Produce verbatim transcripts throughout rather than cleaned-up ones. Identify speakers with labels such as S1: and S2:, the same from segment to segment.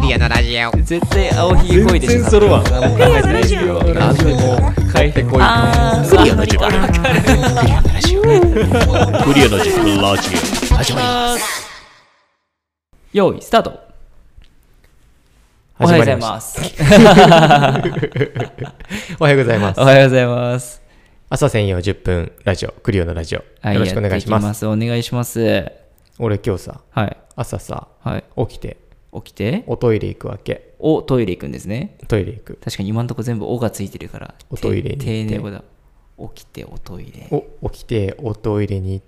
S1: リアのラジオ。
S2: 絶対青ひげこいでしょ。
S3: 全然揃わん。
S2: 何も考えてないですけど。
S3: なんでも帰ってこい。
S2: あー
S1: クリアの時間。
S2: わかる。
S1: クリアのラジオ。
S3: クリアの時間ラジ
S1: 始まります。
S2: 用意スタート。おはようございます。
S3: おはようございます。
S2: おはようございます。
S3: 朝専用じゅっぷんラジオ、クリアのラジオ。
S2: はい、
S3: よろしくお願いします。
S2: やっていきます。お願いします。
S3: 俺今日さ、
S2: はい。
S3: 朝さ、
S2: はい。
S3: 起きて、
S2: 起きて、
S3: おトイレ行くわけ。
S2: おトイレ行くんですね。
S3: トイレ行く。
S2: 確かに今のところ全部おがついてるから。
S3: おトイレに行って
S2: 丁寧語だ。起きておトイレ。
S3: お、起きて、おトイレに行って、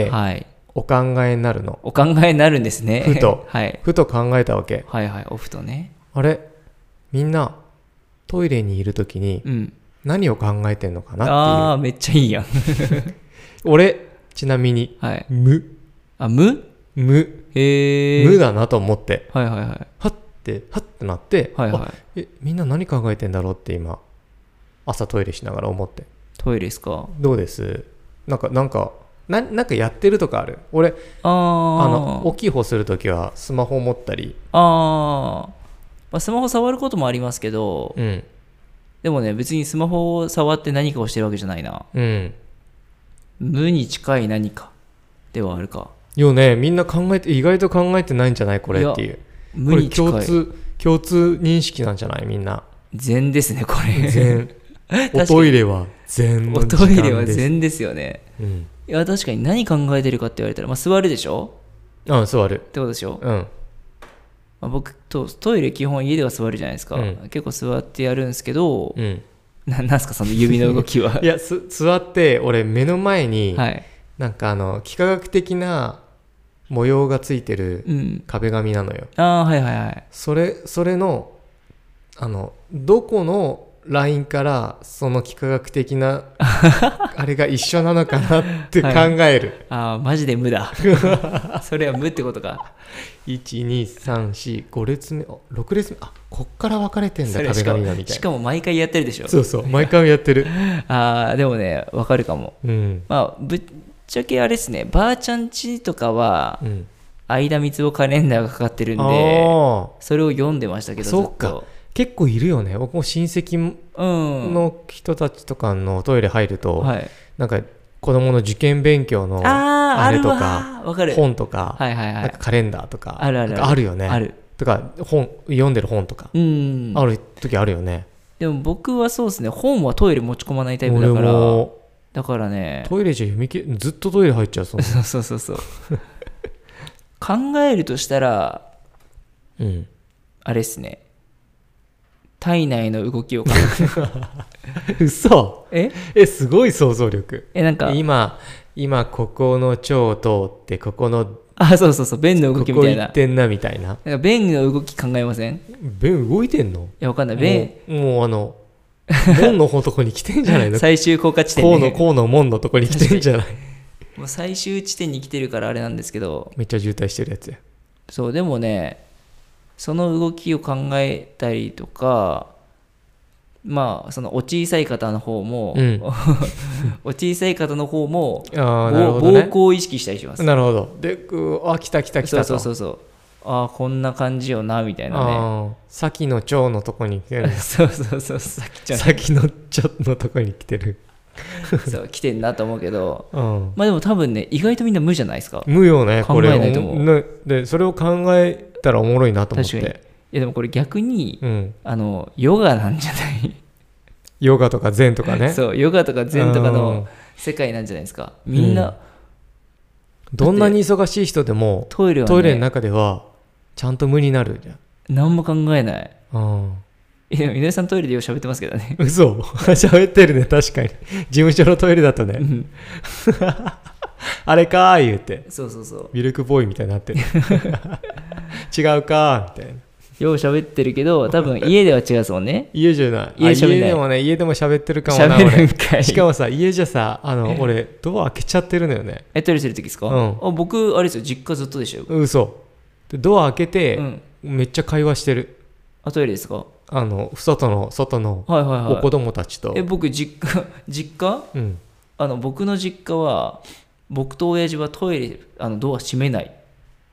S2: はい。
S3: お考えになるの。
S2: お考えになるんですね。
S3: ふと、
S2: はい。
S3: ふと考えたわけ。
S2: はいはい、おふとね。
S3: あれみんな、トイレにいるときに
S2: うん。
S3: 何を考えてんのかな
S2: ああ、
S3: って
S2: めっちゃいいやん。
S3: いう。俺、ちなみに、
S2: はい。
S3: 無、
S2: あ、無
S3: 無、
S2: へえ。
S3: 無だなと思って、
S2: はいはいはい。
S3: はって、はってなって、
S2: はいはい
S3: あ。え、みんな何考えてんだろうって今、朝トイレしながら思って。
S2: トイレですか？
S3: どうです？なんか、なんか、ななんかやってるとかある？俺、
S2: あー
S3: あの、大きい方するときはスマホ持ったり、
S2: あー、まあ、スマホ触ることもありますけど、
S3: うん、
S2: でもね、別にスマホを触って何かをしてるわけじゃないな。
S3: うん。
S2: 無に近い何かではあるか。
S3: よね、みんな考えて、意外と考えてないんじゃないこれっていう。
S2: 無に近い。
S3: これ共通、共通認識なんじゃないみんな。
S2: 禅ですね、これ。
S3: 全。おトイレは全の
S2: お
S3: 時間です。
S2: トイレは禅ですよね。
S3: うん。
S2: いや、確かに何考えてるかって言われたら、まあ、座るでしょ
S3: うん、座る。
S2: ってことでしょ、
S3: うん。
S2: まあ、僕とトイレ基本家では座るじゃないですか。
S3: うん
S2: 結構座ってやるんですけど、
S3: うん。
S2: ななんすか、その指の動きは。
S3: いや、す座って、俺、目の前に、
S2: はい。
S3: なんかあの、幾何学的な模様がついてる
S2: うん。
S3: 壁紙なのよ。
S2: ああ、はいはいはい。
S3: それ、それの、あの、どこのラインからその幾何学的なあれが一緒なのかなって考える。
S2: ああ、マジで無だ。それは無ってことか。
S3: いち、に、さん、よん、ご列目、あろく列目、あ、こっから分かれてんだ、壁
S2: それしかも
S3: 紙がみたいな。
S2: しかも毎回やってるでしょ。
S3: そうそう、毎回やってる。
S2: ああ、でもね、わかるかも。
S3: うん。
S2: まあ、ぶっちゃけあれですね、ばあちゃんちとかは、
S3: うん。
S2: 間三つ子カレンダーがかかってるんで、
S3: ああ、
S2: それを読んでましたけど、
S3: そうか
S2: ずっと。
S3: 結構いるよね。僕も親戚
S2: うん。
S3: の人たちとかのトイレ入ると、
S2: はい。
S3: なんか子供の受験勉強の
S2: ああ、
S3: あれ
S2: あるわ
S3: とか、
S2: わかる。
S3: 本とか、
S2: はいはいはい
S3: なんか。カレンダーとか、
S2: あるあるある
S3: なんかあるよね。
S2: ある。
S3: とか本読んでる本とか、
S2: うん。
S3: ある時あるよね。
S2: でも僕はそうですね、本はトイレ持ち込まないタイプだ
S3: 俺
S2: から、
S3: も
S2: だからね、
S3: トイレじゃ読み切れずっとトイレ入っちゃうそんな
S2: そうそうそうそう。考えるとしたら、
S3: うん。
S2: あれっすね、体内の動きを考え
S3: 嘘
S2: え
S3: えすごい想像力。
S2: え、なんか、
S3: 今今ここの腸を通ってここの
S2: あ、そうそうそう、便の動
S3: ここ
S2: きみたいな。
S3: 行ってんなみたいな。
S2: なんか便の動き考えません？い
S3: 便動いてんの？
S2: や、わかんない。便、
S3: もうもうあの門の方とこに来てんじゃないの？
S2: 最終効果地点
S3: こうの
S2: ね。
S3: こうの門のとこに来てんじゃない？
S2: もう最終地点に来てるからあれなんですけど、
S3: めっちゃ渋滞してるやつや。
S2: そう、でもね、その動きを考えたりとか、まあ、そのお小さい方の方も、
S3: うん
S2: お小さい方の方も、
S3: ああなるほ
S2: ぼ
S3: どね
S2: 膀胱を意識したりします。
S3: なるほど。でうあ来た来た来
S2: そう
S3: たと。
S2: そうそうそう。ああ、こんな感じよな、みたいなね。
S3: ああ先の腸のとこに来てる。
S2: そうそうそう、さっきちゃん
S3: 先の腸のとこに来てる。
S2: そう来てんなと思うけど、
S3: うん。
S2: まあでも多分ね、意外とみんな無じゃないですか。
S3: 無よねこれ。
S2: 考えないと思う
S3: ねでそれを考えたらおもろいなと思っ
S2: 確かに。い
S3: て。
S2: やでもこれ逆に、
S3: うん。
S2: あの、ヨガなんじゃない
S3: ヨガとか禅とかね。
S2: そう、ヨガとか禅とか
S3: うん
S2: の世界なんじゃないですか。みんな、
S3: どんなに忙しい人でも
S2: トイレはね、
S3: トイレの中ではちゃんと無になるじゃん。
S2: 何も考えない。
S3: うん。
S2: いや、井上さんトイレでよく喋ってますけどね。
S3: 嘘喋ってるね確かに。事務所のトイレだとね。
S2: うん
S3: あれかー言うて。
S2: そうそうそう。
S3: ミルクボーイみたいになってる。違うかーみたいな。
S2: よう喋ってるけど、多分家では違うですもんね。
S3: 家じゃない。
S2: 家喋んない
S3: あ家でもね、家でも喋ってるかもな。
S2: 喋るんか
S3: 俺
S2: い。
S3: しかもさ、家じゃさ、あの、俺、ドア開けちゃってるのよね。
S2: え、トイレするときですか？
S3: うん
S2: あ、僕、あれですよ、実家ずっとでしたよ。
S3: 嘘。でドア開けて、
S2: うん。
S3: めっちゃ会話してる。
S2: あ、トイレですか？
S3: あの、外の、外の
S2: はいはいはい。
S3: お子供たちと。
S2: え、僕、実家、実家
S3: うん。
S2: あの、僕の実家は、僕と親父はトイレ、あの、ドア閉めない。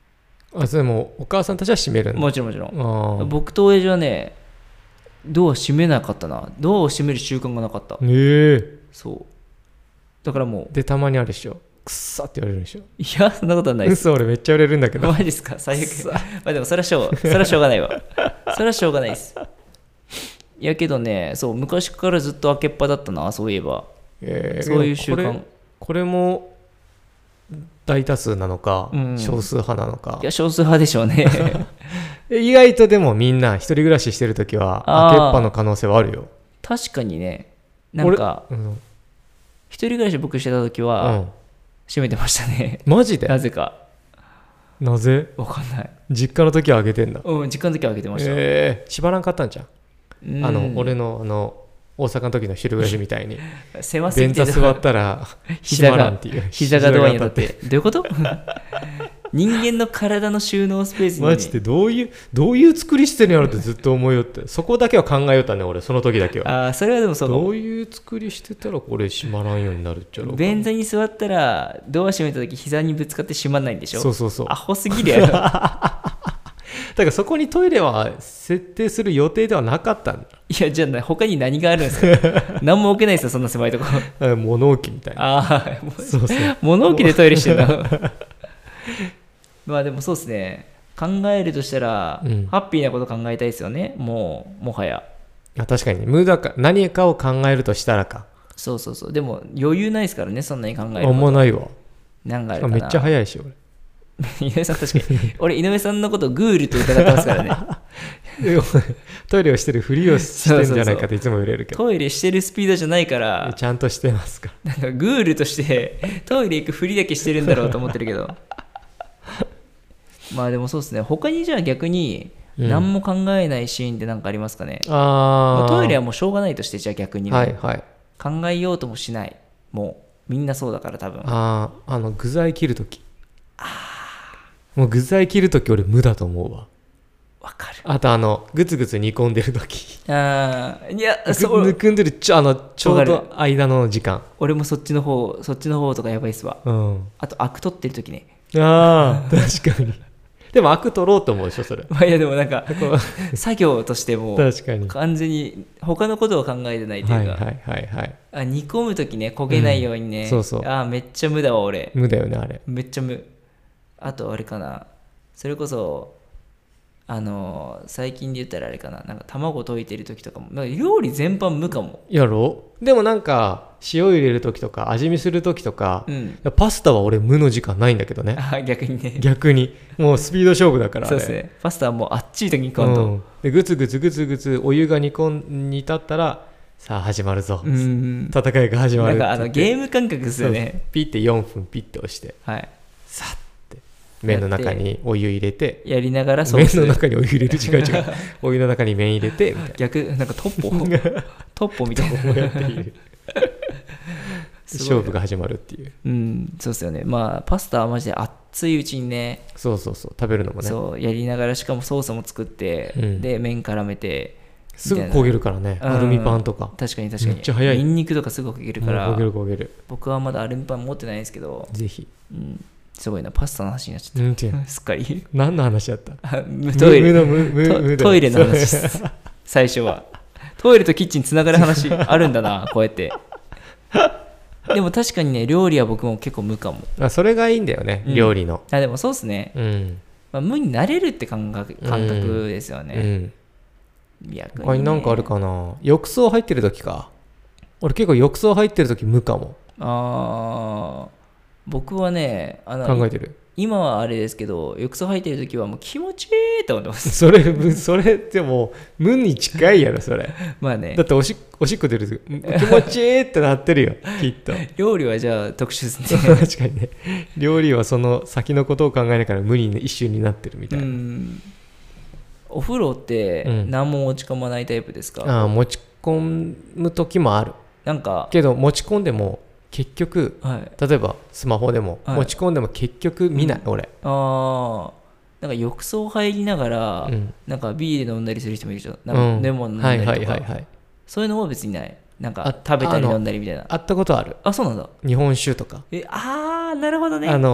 S3: あ、それもお母さんたちは閉めるんだ。
S2: もちろんもちろん。
S3: あ
S2: 僕と親父はね、ドア閉めなかったな。ドアを閉める習慣がなかった。
S3: ええ
S2: そう。だからもう、
S3: でたまにあるでしょ、くっさって言われるでしょ。
S2: いや、そんなことはないです。
S3: 嘘、俺めっちゃ売れるんだけど。
S2: マジですか、最悪。まあでもそれはしょう、それはしょうがないわ。それはしょうがないです。いやけどね、そう、昔からずっと開けっぱだったな、そういえば。
S3: えー
S2: そういう習慣。
S3: これ、これも大多数なのか、
S2: うん
S3: 少数派なのか
S2: い。や、少数派でしょうね。
S3: 意外とでもみんな一人暮らししてるときは
S2: あー
S3: 開けっぱの可能性はあるよ。
S2: 確かにね、なんか、
S3: 俺うん
S2: 一人暮らし僕してた時
S3: う
S2: は、
S3: ん、
S2: 閉めてましたね。
S3: マジで
S2: なぜか。
S3: なぜ
S2: わかんない。
S3: 実家の時は開けてんだ。
S2: うん、時間の時は開けてました。
S3: えー、縛らんかったんじゃん。
S2: うん
S3: あの俺のあの大阪の時の一人暮らしみたいに
S2: 狭すぎて
S3: 便座座ったら
S2: 膝が
S3: 閉まらんっていう
S2: 膝がドアに当たっ
S3: 膝が
S2: て。どういうこと人間の体の収納スペースに、ね、
S3: マジでどういうどういう作りしてるんやろってずっと思いよって、そこだけは考えよったね俺、その時だけは。
S2: ああ、それはでもそうかも。
S3: どういう作りしてたらこれ閉まらんようになるっちゃろうか。
S2: 便座に座ったらドア閉めた時膝にぶつかって閉まんないんでしょ。
S3: そうそうそう。
S2: アホすぎるやろ。
S3: だからそこにトイレは設定する予定ではなかったん
S2: いや、じゃあ他に何があるんですか。何も置けないですよ、そんな狭いとこ。
S3: だ。物置みたいな。
S2: ああ、もう
S3: そうそう。
S2: 物置でトイレしてるの。まあでもそうですね。考えるとしたら、
S3: うん
S2: ハッピーなこと考えたいですよね。もう、もはや。
S3: あ、確かに無駄か何かを考えるとしたらか。
S2: そうそうそう。でも余裕ないですからね、そんなに考えること。
S3: あんまないわ。
S2: なんかあるかな。
S3: めっちゃ早いし俺。
S2: 井上さん確かに。俺、井上さんのことをグールと疑ってますからね。
S3: トイレをしてるふりをしてんじゃないかっていつも言われるけど。
S2: トイレしてるスピードじゃないから、
S3: ちゃんとしてますか。
S2: なんかグールとしてトイレ行くふりだけしてるんだろうと思ってるけど。まあでもそうですね。他にじゃあ逆に何も考えないシーンって何かありますかね。
S3: あ
S2: まあ、
S3: あ。
S2: トイレはもうしょうがないとして、じゃあ逆にね、
S3: はいはい。
S2: 考えようともしない。もうみんなそうだから多分。
S3: ああ、あの具材切るとき。もう具材切るとき俺無だと思うわ。
S2: わかる。
S3: あとあのグツグツ煮込んでるとき。
S2: ああ、いや、
S3: ぐ
S2: そう
S3: ぬくんでるちょあのちょう
S2: わか
S3: ど間の時間。
S2: 俺もそっちの方、そっちの方とかやばいっすわ。
S3: うん。
S2: あと、アク取ってる時ね。
S3: ああ、確かに。でもアク取ろうと思うでしょそれ。
S2: まあいやでもなんか、
S3: こう
S2: 作業としても、
S3: 確かに。
S2: 完全に他のことを考えてないというか、
S3: はいはいはいはい。
S2: あ煮込む時ね、焦げないようにね、
S3: うんそうそう
S2: あめっちゃ無だわ俺、
S3: 無だよねあれ。
S2: めっちゃ無。あとあれかな、それこそあの最近で言ったらあれかな、なんか卵溶いてる時とかも、なんか料理全般無かも。
S3: やろでもなんか塩入れるときとか味見するときとか、
S2: うん。
S3: いやパスタは俺無の時間ないんだけどね。
S2: あ逆にね。
S3: 逆にもうスピード勝負だからあれ。
S2: そうですね。パスタはもうあっちい時に今度。
S3: うんでグツグツグツグツお湯が煮込ん煮立ったらさあ始まるぞ、
S2: うん。
S3: 戦いが始まる
S2: なんかあのゲ
S3: ム
S2: ーム感覚ですよね。
S3: ピッてよんぷんピッて押して
S2: はい。
S3: さって麺の中にお湯入れて
S2: やりながらソー
S3: 麺
S2: ス
S3: の中にお湯入れる違う違うお湯の中に麺入れてみたい
S2: 逆、なんかトッポトッポみたいな。
S3: なこうやって入れる
S2: すごいな
S3: 勝負が始まるっていう。
S2: うん、そうですよね。まあ、パスタはマジで熱いうちにね、
S3: そうそうそう食べるのもね
S2: そうやりながら、しかもソースも作って、
S3: うん
S2: で麺絡めて、
S3: すぐ焦げるからね
S2: うん
S3: アルミパンとか
S2: 確かに確かに、
S3: めっちゃ早い
S2: ニンニクとかすぐ焦げるから、
S3: もう焦げる焦げる
S2: 僕はまだアルミパン持ってないんですけど、
S3: ぜひ
S2: うん、すごいな、パスタの話になっちゃっ
S3: うんていう
S2: た。すっかり
S3: 何の話だった
S2: あ無トイレ
S3: 無の無無
S2: ト
S3: 無
S2: トイレの話で
S3: そう
S2: す、最初は。トイレとキッチンつながる話あるんだな、こうやって。でも確かにね、料理は僕も結構無かも。
S3: あそれがいいんだよね、
S2: うん
S3: 料理の
S2: あでもそうですね、
S3: うん
S2: まあ、無になれるって感覚感覚ですよ
S3: う
S2: ね。
S3: ん
S2: 逆にね
S3: 他に何かあるかな。浴槽入ってる時か。俺結構浴槽入ってる時無かも。
S2: あー僕はねあの
S3: 考えてる。
S2: 今はあれですけど、浴槽入ってる時はもう気持ちいいと思ってます。
S3: それそれってもう無に近いやろそれ。
S2: まあね
S3: だっておしおしっこ出る時気持ちいいってなってるよきっと。
S2: 料理はじゃあ特殊ですね。
S3: 確かにね。料理はその先のことを考えながら無に一瞬になってるみた
S2: う
S3: いな。
S2: んお風呂って
S3: うん
S2: 何も持ち込まないタイプですか？
S3: ああ持ち込む時もある。
S2: なんか、
S3: けど持ち込んでも結局
S2: はい、
S3: 例えばスマホでも
S2: はい
S3: 持ち込んでも結局見ない、俺。
S2: あーなんか浴槽入りながら、
S3: うん
S2: なんかビール飲んだりする人もいるじゃん。なん
S3: うん
S2: かレモン飲んだりとか、
S3: はいはいはいはい。
S2: そういうのも別にない。なんか
S3: あ
S2: 食べたり
S3: あの
S2: 飲んだりみたいな。
S3: あったことある。
S2: あ、そうなんだ。
S3: 日本酒とか。
S2: え、あー、なるほどね。
S3: あの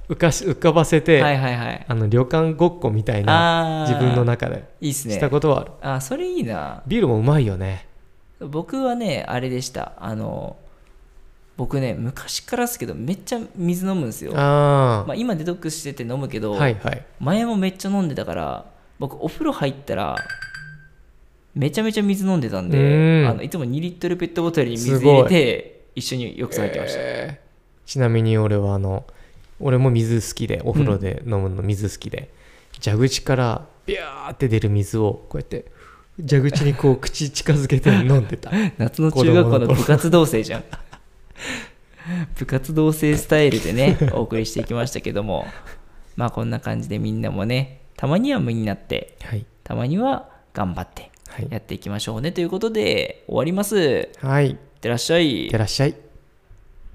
S3: 浮かし浮かばせて、
S2: はいはいはい。
S3: あの旅館ごっこみたいな
S2: あー
S3: 自分の中で
S2: いいっすね。
S3: したことはある。
S2: あーそれいいな。
S3: ビールもうまいよね。
S2: 僕はね、あれでした。あの、僕ね、昔からですけど、めっちゃ水飲むんですよ。
S3: あ
S2: まあ、今デトックスしてて飲むけど、
S3: あ、はいはい。
S2: 前もめっちゃ飲んでたから、僕お風呂入ったら、めちゃめちゃ水飲んでたんで、
S3: うん
S2: あのいつもにリットルペットボトルに水
S3: すごい
S2: 入れて、一緒に浴槽入ってました。
S3: えーちなみに俺はあの俺も水好きで、お風呂で飲むの水好きで、蛇口からビャーって出る水をこうやって蛇口にこう口近づけて飲んでた。
S2: 夏の中学校の部活動生じゃん。部活動生スタイルでね、お送りしていきましたけども、まあこんな感じでみんなもね、たまには無になって、
S3: はい
S2: たまには頑張って
S3: はい
S2: やっていきましょうねということで終わります。いっ
S3: はい、い
S2: てらっしゃい
S3: って。らっしゃい。